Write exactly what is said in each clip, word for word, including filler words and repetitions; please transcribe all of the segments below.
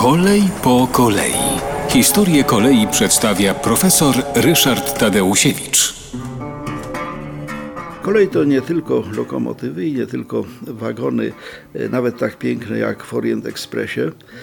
Kolej po kolei. Historię kolei przedstawia profesor Ryszard Tadeusiewicz. Kolej to nie tylko lokomotywy i nie tylko wagony, nawet tak piękne jak w Orient Expressie.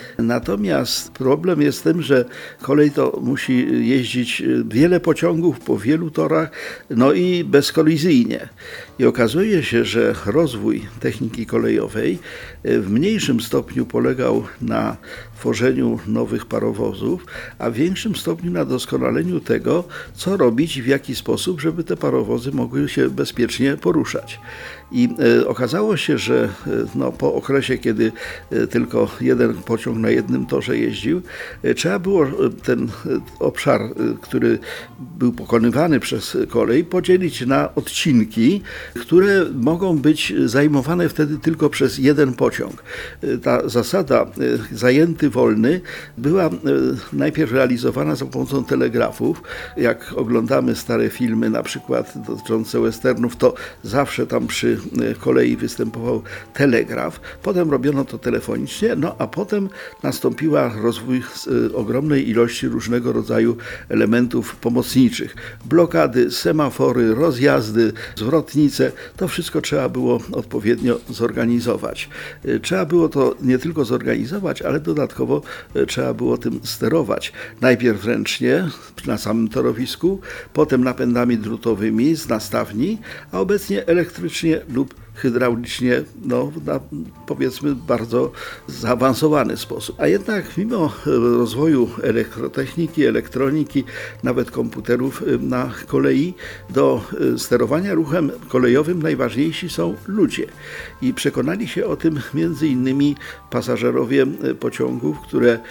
Natomiast problem jest w tym, że kolej to musi jeździć wiele pociągów po wielu torach, no i bezkolizyjnie. I okazuje się, że rozwój techniki kolejowej w mniejszym stopniu polegał na tworzeniu nowych parowozów, a w większym stopniu na doskonaleniu tego, co robić i w jaki sposób, żeby te parowozy mogły się bezpiecznie poruszać. I e, okazało się, że e, no, po okresie, kiedy e, tylko jeden pociąg na jednym torze jeździł, e, trzeba było ten e, obszar, e, który był pokonywany przez kolej, podzielić na odcinki, które mogą być zajmowane wtedy tylko przez jeden pociąg. E, ta zasada e, zajęty wolny była e, najpierw realizowana za pomocą telegrafów. Jak oglądamy stare filmy, na przykład dotyczące westernów, to zawsze tam przy kolei występował telegraf, potem robiono to telefonicznie, no a potem nastąpiła rozwój ogromnej ilości różnego rodzaju elementów pomocniczych. Blokady, semafory, rozjazdy, zwrotnice, to wszystko trzeba było odpowiednio zorganizować. Trzeba było to nie tylko zorganizować, ale dodatkowo trzeba było tym sterować. Najpierw ręcznie na samym torowisku, potem napędami drutowymi z nastawni, a obecnie elektrycznie lub hydraulicznie, no, na, powiedzmy, bardzo zaawansowany sposób. A jednak mimo rozwoju elektrotechniki, elektroniki, nawet komputerów na kolei, do sterowania ruchem kolejowym najważniejsi są ludzie. I przekonali się o tym między innymi pasażerowie pociągów, które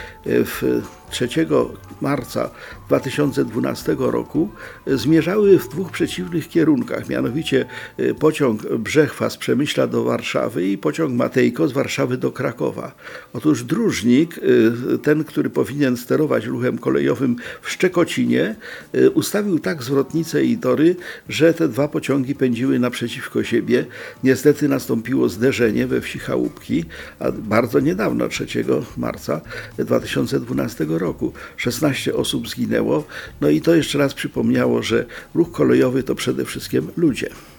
w trzeciego marca dwa tysiące dwunastego roku zmierzały w dwóch przeciwnych kierunkach, mianowicie pociąg Brzechwa z Przemyśla do Warszawy i pociąg Matejko z Warszawy do Krakowa. Otóż dróżnik, ten, który powinien sterować ruchem kolejowym w Szczekocinie, ustawił tak zwrotnice i tory, że te dwa pociągi pędziły naprzeciwko siebie. Niestety nastąpiło zderzenie we wsi Chałupki, a bardzo niedawno, trzeciego marca dwa tysiące dwunastego roku. szesnaście osób zginęło, no i to jeszcze raz przypomniało, że ruch kolejowy to przede wszystkim ludzie.